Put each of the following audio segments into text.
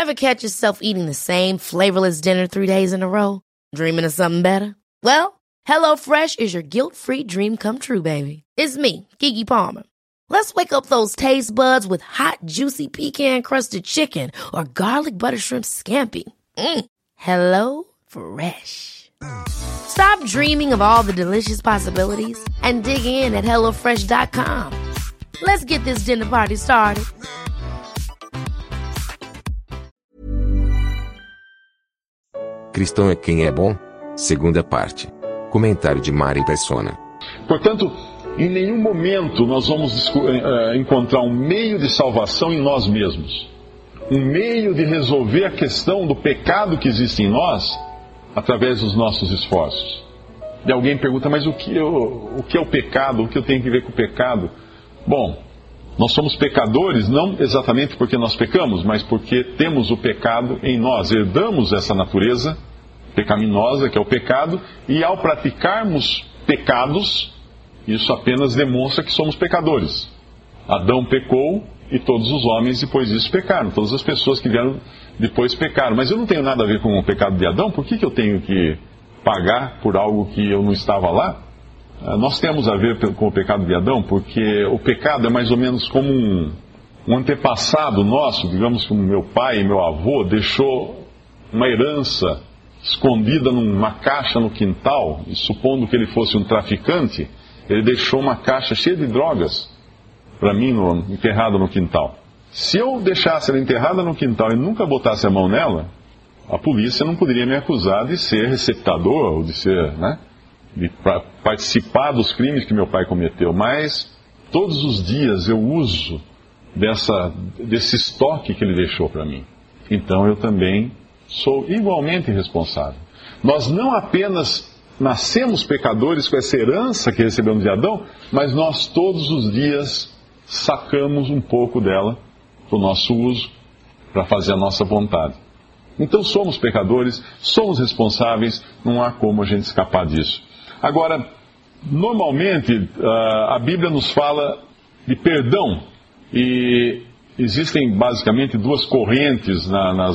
Ever catch yourself eating the same flavorless dinner 3 days in a row? Dreaming of something better? Well, HelloFresh is your guilt-free dream come true, baby. It's me, Keke Palmer. Let's wake up those taste buds with hot, juicy pecan-crusted chicken or garlic butter shrimp scampi. Hello Fresh. Stop dreaming of all the delicious possibilities and dig in at HelloFresh.com. Let's get this dinner party started. Cristão é quem é bom? Segunda parte. Comentário de Mari Persona. Portanto, em nenhum momento nós vamos encontrar um meio de salvação em nós mesmos. Um meio de resolver a questão do pecado que existe em nós através dos nossos esforços. E alguém pergunta, mas o que é o pecado? O que eu tenho que ver com o pecado? Bom, nós somos pecadores não exatamente porque nós pecamos, mas porque temos o pecado em nós. Herdamos essa natureza pecaminosa, que é o pecado, e ao praticarmos pecados, isso apenas demonstra que somos pecadores. Adão pecou e todos os homens depois disso pecaram. Todas as pessoas que vieram depois pecaram. Mas eu não tenho nada a ver com o pecado de Adão. Por que eu tenho que pagar por algo que eu não estava lá? Nós temos a ver com o pecado de Adão, porque o pecado é mais ou menos como um antepassado nosso, digamos que o meu pai e meu avô deixou uma herança escondida numa caixa no quintal, e supondo que ele fosse um traficante, ele deixou uma caixa cheia de drogas para mim enterrada no quintal. Se eu deixasse ela enterrada no quintal e nunca botasse a mão nela, a polícia não poderia me acusar de ser receptador ou de ser, de participar dos crimes que meu pai cometeu. Mas todos os dias eu uso desse estoque que ele deixou para mim. Então eu também sou igualmente responsável. Nós não apenas nascemos pecadores com essa herança que recebemos de Adão, mas nós todos os dias sacamos um pouco dela para o nosso uso, para fazer a nossa vontade. Então somos pecadores, somos responsáveis, não há como a gente escapar disso. Agora, normalmente a Bíblia nos fala de perdão, e existem basicamente duas correntes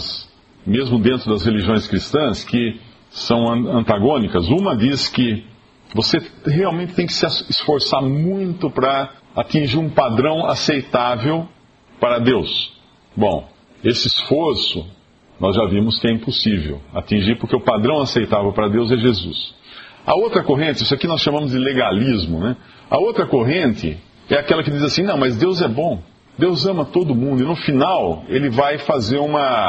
mesmo dentro das religiões cristãs que são antagônicas. Uma diz que você realmente tem que se esforçar muito para atingir um padrão aceitável para Deus. Bom, esse esforço nós já vimos que é impossível atingir, porque o padrão aceitável para Deus é Jesus. A outra corrente, isso aqui nós chamamos de legalismo, A outra corrente é aquela que diz assim, não, mas Deus é bom, Deus ama todo mundo, e no final ele vai fazer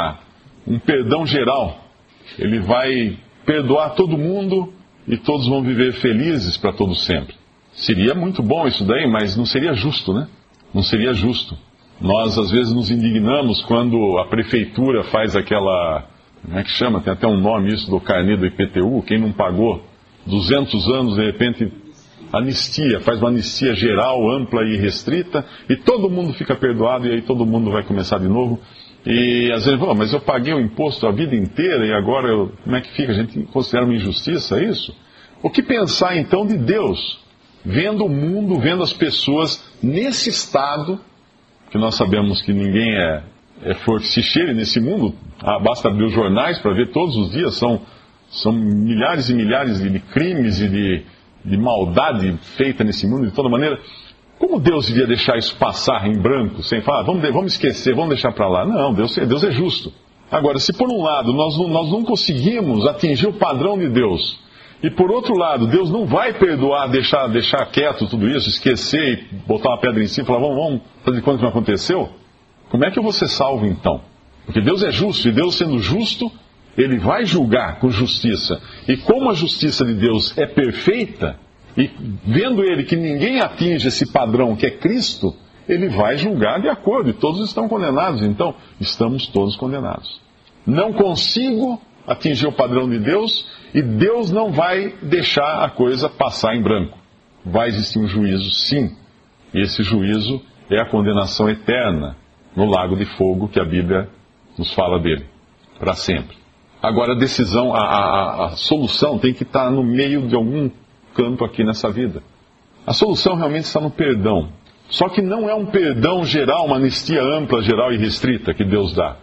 um perdão geral. Ele vai perdoar todo mundo e todos vão viver felizes para todo sempre. Seria muito bom isso daí, mas não seria justo, Não seria justo. Nós às vezes nos indignamos quando a prefeitura faz aquela, como é que chama? Tem até um nome isso do carnê do IPTU, quem não pagou 200 anos, de repente anistia, faz uma anistia geral, ampla e restrita, e todo mundo fica perdoado, e aí todo mundo vai começar de novo. E às vezes, mas eu paguei o imposto a vida inteira e agora como é que fica? A gente considera uma injustiça isso? O que pensar então de Deus, vendo o mundo, vendo as pessoas nesse estado, que nós sabemos que ninguém é flor que se cheire nesse mundo, basta abrir os jornais para ver todos os dias, são milhares e milhares de crimes e de maldade feita nesse mundo de toda maneira. Como Deus devia deixar isso passar em branco, sem falar, vamos esquecer, vamos deixar para lá? Não, Deus é justo. Agora, se por um lado nós não conseguimos atingir o padrão de Deus, e por outro lado, Deus não vai perdoar, deixar quieto tudo isso, esquecer e botar uma pedra em cima e falar, vamos fazer de conta que não aconteceu? Como é que eu vou ser salvo então? Porque Deus é justo, e Deus sendo justo, Ele vai julgar com justiça. E como a justiça de Deus é perfeita, e vendo Ele que ninguém atinge esse padrão que é Cristo, Ele vai julgar de acordo, e todos estão condenados. Então, estamos todos condenados. Não consigo atingir o padrão de Deus, e Deus não vai deixar a coisa passar em branco. Vai existir um juízo, sim. E esse juízo é a condenação eterna no lago de fogo que a Bíblia nos fala dele, para sempre. Agora a decisão, a solução tem que estar no meio de algum canto aqui nessa vida. A solução realmente está no perdão. Só que não é um perdão geral, uma anistia ampla, geral e restrita que Deus dá.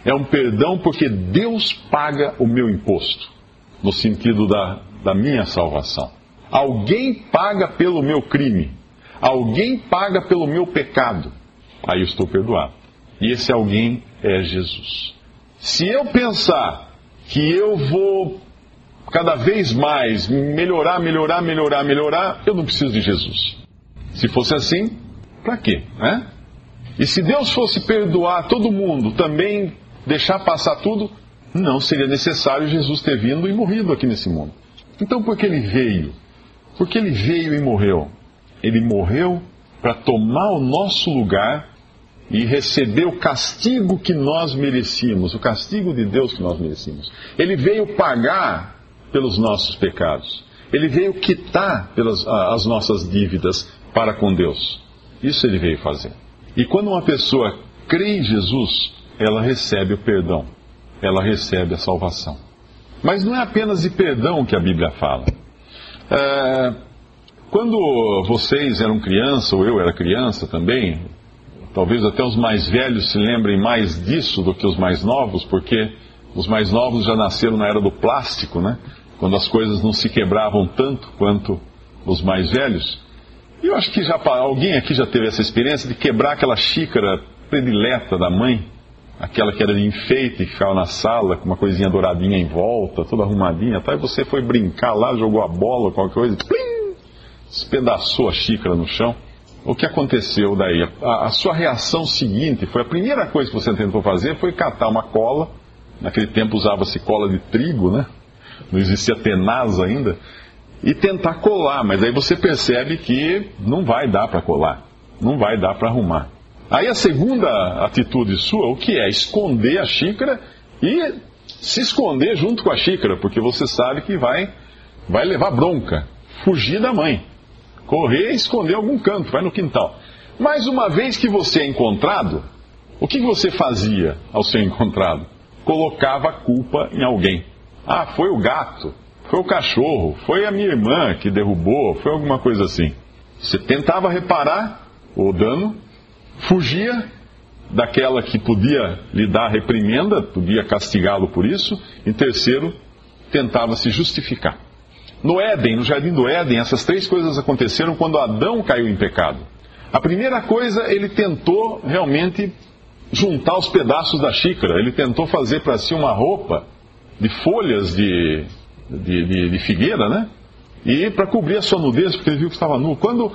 É um perdão porque Deus paga o meu imposto, no sentido da minha salvação. Alguém paga pelo meu crime. Alguém paga pelo meu pecado. Aí eu estou perdoado. E esse alguém é Jesus. Se eu pensar que eu vou cada vez mais melhorar, eu não preciso de Jesus. Se fosse assim, para quê? Né? E se Deus fosse perdoar todo mundo, também deixar passar tudo, não seria necessário Jesus ter vindo e morrido aqui nesse mundo. Então por que ele veio? Porque ele veio e morreu. Ele morreu para tomar o nosso lugar e receber o castigo que nós merecíamos, o castigo de Deus que nós merecíamos. Ele veio pagar pelos nossos pecados. Ele veio quitar as nossas dívidas para com Deus. Isso ele veio fazer. E quando uma pessoa crê em Jesus, ela recebe o perdão. Ela recebe a salvação. Mas não é apenas de perdão que a Bíblia fala. Quando vocês eram criança, ou eu era criança também, talvez até os mais velhos se lembrem mais disso do que os mais novos, porque os mais novos já nasceram na era do plástico, né? Quando as coisas não se quebravam tanto quanto os mais velhos. E eu acho que alguém aqui já teve essa experiência de quebrar aquela xícara predileta da mãe, aquela que era de enfeite, que ficava na sala, com uma coisinha douradinha em volta, toda arrumadinha, tá? E você foi brincar lá, jogou a bola, qualquer coisa, plim, despedaçou a xícara no chão. O que aconteceu daí? A sua reação seguinte foi, a primeira coisa que você tentou fazer foi catar uma cola. Naquele tempo usava-se cola de trigo, né? Não existia tenaz ainda. E tentar colar, mas aí você percebe que não vai dar para colar. Não vai dar para arrumar. Aí a segunda atitude sua, o que é? Esconder a xícara e se esconder junto com a xícara, porque você sabe que vai levar bronca. Fugir da mãe. Correr e esconder em algum canto, vai no quintal. Mas uma vez que você é encontrado, o que você fazia ao ser encontrado? Colocava a culpa em alguém. Ah, foi o gato, foi o cachorro, foi a minha irmã que derrubou, foi alguma coisa assim. Você tentava reparar o dano, fugia daquela que podia lhe dar reprimenda, podia castigá-lo por isso. Em terceiro, tentava se justificar. No Éden, no Jardim do Éden, essas três coisas aconteceram quando Adão caiu em pecado. A primeira coisa, ele tentou realmente juntar os pedaços da xícara. Ele tentou fazer para si uma roupa de folhas de figueira, né? E para cobrir a sua nudez, porque ele viu que estava nu. Quando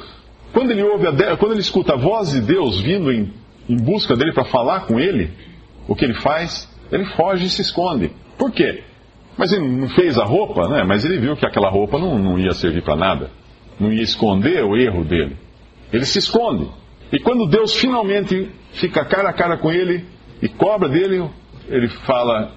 ele escuta a voz de Deus vindo em busca dele para falar com ele, o que ele faz? Ele foge e se esconde. Por quê? Mas ele não fez a roupa, né? Mas ele viu que aquela roupa não ia servir para nada. Não ia esconder o erro dele. Ele se esconde. E quando Deus finalmente fica cara a cara com ele e cobra dele, ele fala,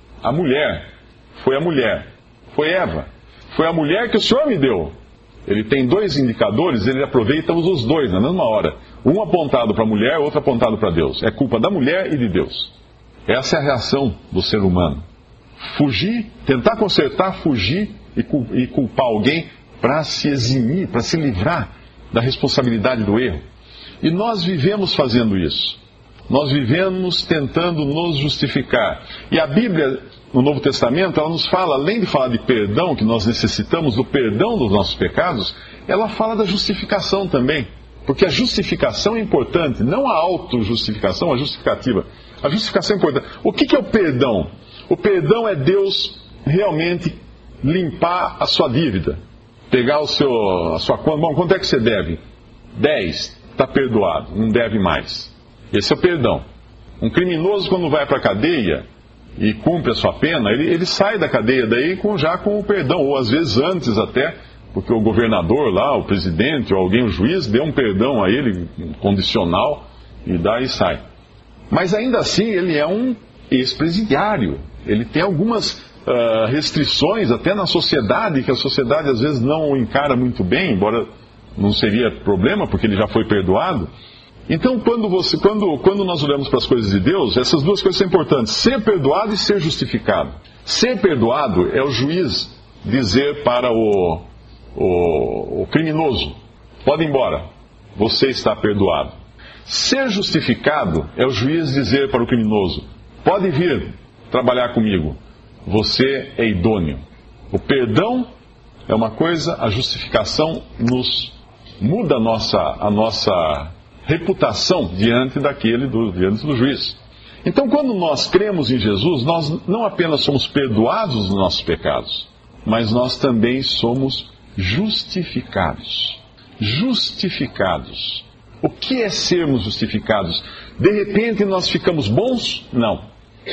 foi a mulher, foi Eva, foi a mulher que o Senhor me deu. Ele tem dois indicadores, ele aproveita os dois na mesma hora. Um apontado para a mulher, outro apontado para Deus. É culpa da mulher e de Deus. Essa é a reação do ser humano. Fugir, tentar consertar, fugir e culpar alguém para se eximir, para se livrar da responsabilidade do erro. E nós vivemos fazendo isso. Nós vivemos tentando nos justificar. E a Bíblia, no Novo Testamento, ela nos fala, além de falar de perdão, que nós necessitamos do perdão dos nossos pecados, ela fala da justificação também. Porque a justificação é importante, não a autojustificação, a justificativa. A justificação é importante. O que é o perdão? O perdão é Deus realmente limpar a sua dívida. Pegar a sua conta. Bom, quanto é que você deve? 10. Está perdoado, não deve mais. Esse é o perdão. Um criminoso, quando vai para a cadeia e cumpre a sua pena, ele sai da cadeia daí já com o perdão, ou às vezes antes até, porque o governador lá, o presidente ou alguém, o juiz, deu um perdão a ele, condicional, e daí sai. Mas ainda assim, ele é um ex-presidiário. Ele tem algumas restrições até na sociedade, que a sociedade às vezes não o encara muito bem, embora não seria problema, porque ele já foi perdoado. Então, quando nós olhamos para as coisas de Deus, essas duas coisas são importantes: ser perdoado e ser justificado. Ser perdoado é o juiz dizer para o criminoso: pode ir embora, você está perdoado. Ser justificado é o juiz dizer para o criminoso: pode vir trabalhar comigo. Você é idôneo. O perdão é uma coisa, a justificação nos muda a nossa reputação diante do juiz. Então, quando nós cremos em Jesus, nós não apenas somos perdoados dos nossos pecados, mas nós também somos justificados. Justificados. O que é sermos justificados? De repente nós ficamos bons? Não.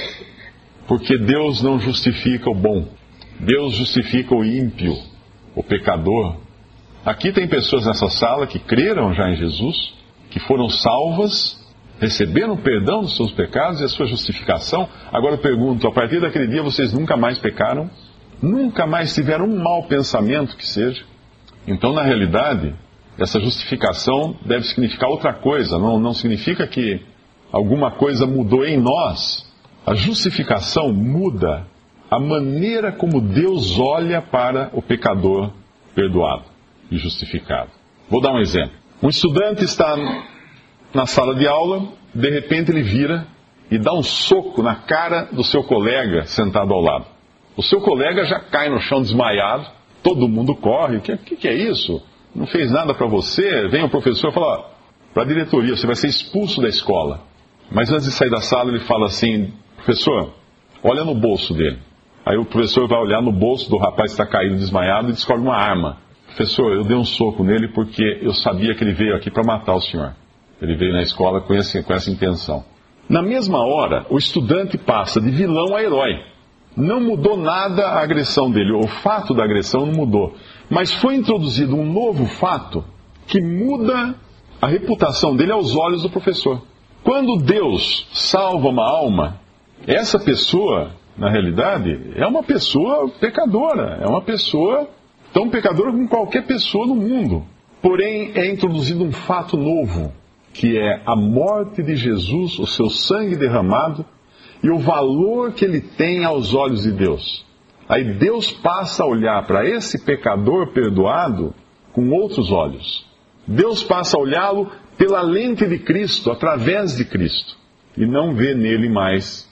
Porque Deus não justifica o bom. Deus justifica o ímpio, o pecador. Aqui tem pessoas nessa sala que creram já em Jesus, que foram salvas, receberam o perdão dos seus pecados e a sua justificação. Agora eu pergunto, a partir daquele dia vocês nunca mais pecaram? Nunca mais tiveram um mau pensamento que seja? Então, na realidade, essa justificação deve significar outra coisa. Não significa que alguma coisa mudou em nós. A justificação muda a maneira como Deus olha para o pecador perdoado e justificado. Vou dar um exemplo. Um estudante está na sala de aula, de repente ele vira e dá um soco na cara do seu colega sentado ao lado. O seu colega já cai no chão desmaiado, todo mundo corre. O que é isso? Não fez nada para você? Vem o professor e fala, para a diretoria, você vai ser expulso da escola. Mas antes de sair da sala ele fala assim, professor, olha no bolso dele. Aí o professor vai olhar no bolso do rapaz que está caído desmaiado e descobre uma arma. Professor, eu dei um soco nele porque eu sabia que ele veio aqui para matar o senhor. Ele veio na escola com essa intenção. Na mesma hora, o estudante passa de vilão a herói. Não mudou nada a agressão dele, o fato da agressão não mudou. Mas foi introduzido um novo fato que muda a reputação dele aos olhos do professor. Quando Deus salva uma alma, essa pessoa, na realidade, é uma pessoa pecadora. É uma pessoa tão pecadora como qualquer pessoa no mundo. Porém, é introduzido um fato novo, que é a morte de Jesus, o seu sangue derramado e o valor que ele tem aos olhos de Deus. Aí Deus passa a olhar para esse pecador perdoado com outros olhos. Deus passa a olhá-lo pela lente de Cristo, através de Cristo. E não vê nele mais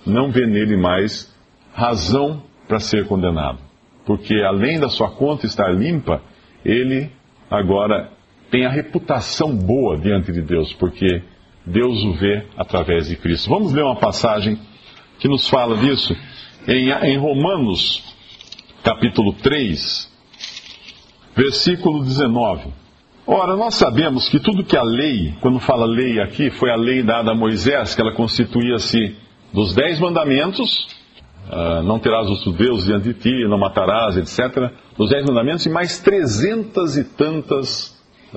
razão para ser condenado. Porque além da sua conta estar limpa, ele agora tem a reputação boa diante de Deus, porque Deus o vê através de Cristo. Vamos ler uma passagem que nos fala disso em Romanos, capítulo 3, versículo 19. Ora, nós sabemos que tudo que a lei, quando fala lei aqui, foi a lei dada a Moisés, que ela constituía-se dos 10 mandamentos, não terás outro Deus diante de ti, não matarás, etc. Dos 10 mandamentos e mais 300 e tantas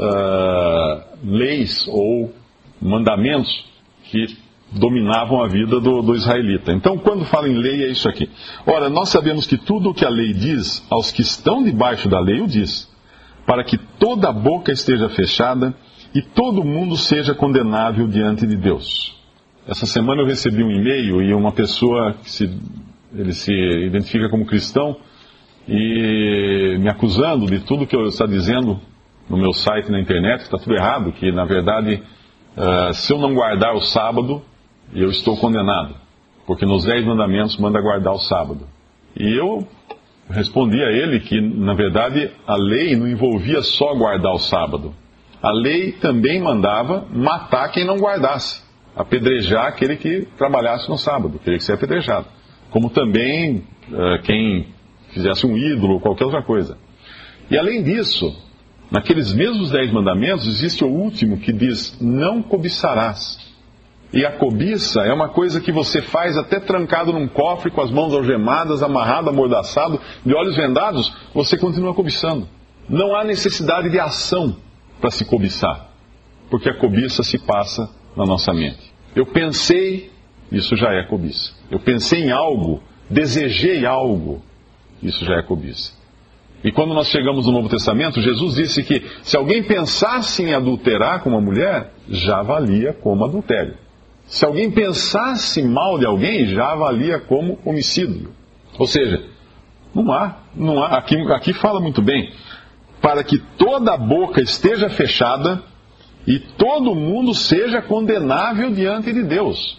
leis ou mandamentos que dominavam a vida do israelita. Então, quando fala em lei, é isso aqui. Ora, nós sabemos que tudo o que a lei diz, aos que estão debaixo da lei o diz, para que toda a boca esteja fechada e todo mundo seja condenável diante de Deus. Essa semana eu recebi um e-mail e uma pessoa ele se identifica como cristão e me acusando de tudo que eu estou dizendo no meu site na internet, que está tudo errado, que na verdade, se eu não guardar o sábado, eu estou condenado, porque nos 10 mandamentos manda guardar o sábado. E eu respondi a ele que, na verdade, a lei não envolvia só guardar o sábado. A lei também mandava matar quem não guardasse, apedrejar aquele que trabalhasse no sábado, teria que ser apedrejado. Como também quem fizesse um ídolo ou qualquer outra coisa. E além disso, naqueles mesmos 10 mandamentos, existe o último que diz, não cobiçarás. E a cobiça é uma coisa que você faz até trancado num cofre, com as mãos algemadas, amarrado, amordaçado, de olhos vendados, você continua cobiçando. Não há necessidade de ação para se cobiçar, porque a cobiça se passa na nossa mente. Eu pensei, isso já é cobiça. Eu pensei em algo, desejei algo, isso já é cobiça. E quando nós chegamos no Novo Testamento, Jesus disse que se alguém pensasse em adulterar com uma mulher, já valia como adultério. Se alguém pensasse mal de alguém, já valia como homicídio. Ou seja, não há. Aqui fala muito bem, para que toda a boca esteja fechada e todo mundo seja condenável diante de Deus.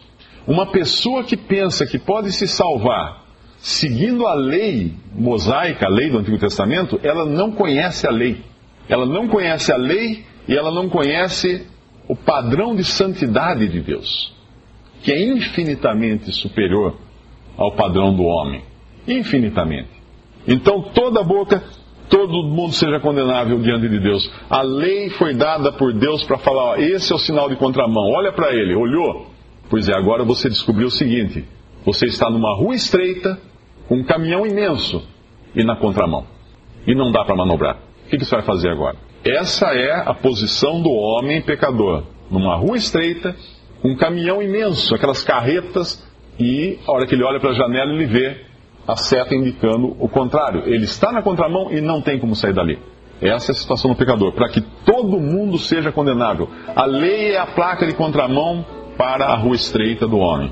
Uma pessoa que pensa que pode se salvar seguindo a lei mosaica, a lei do Antigo Testamento, ela não conhece a lei. Ela não conhece a lei e ela não conhece o padrão de santidade de Deus, que é infinitamente superior ao padrão do homem. Infinitamente. Então toda boca, todo mundo seja condenável diante de Deus. A lei foi dada por Deus para falar, ó, esse é o sinal de contramão. Olha para ele, olhou? Pois é, agora você descobriu o seguinte: você está numa rua estreita, com um caminhão imenso e na contramão. E não dá para manobrar. O que você vai fazer agora? Essa é a posição do homem pecador. Numa rua estreita, com um caminhão imenso, aquelas carretas, e a hora que ele olha para a janela, ele vê a seta indicando o contrário. Ele está na contramão e não tem como sair dali. Essa é a situação do pecador, para que todo mundo seja condenável. A lei é a placa de contramão para a rua estreita do homem.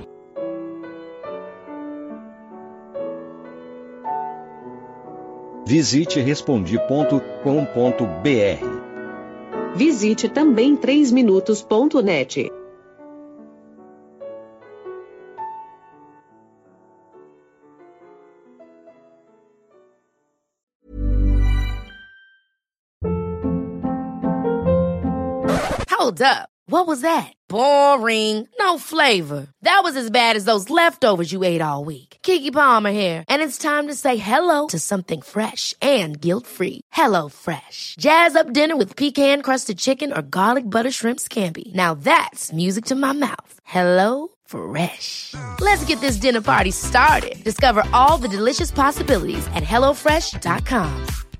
Visite Respondi.com.br. Visite também 3minutos.net. Hold up. What was that? Boring. No flavor. That was as bad as those leftovers you ate all week. Keke Palmer here, and it's time to say hello to something fresh and guilt-free. Hello Fresh. Jazz up dinner with pecan-crusted chicken or garlic butter shrimp scampi. Now that's music to my mouth. Hello Fresh. Let's get this dinner party started. Discover all the delicious possibilities at HelloFresh.com.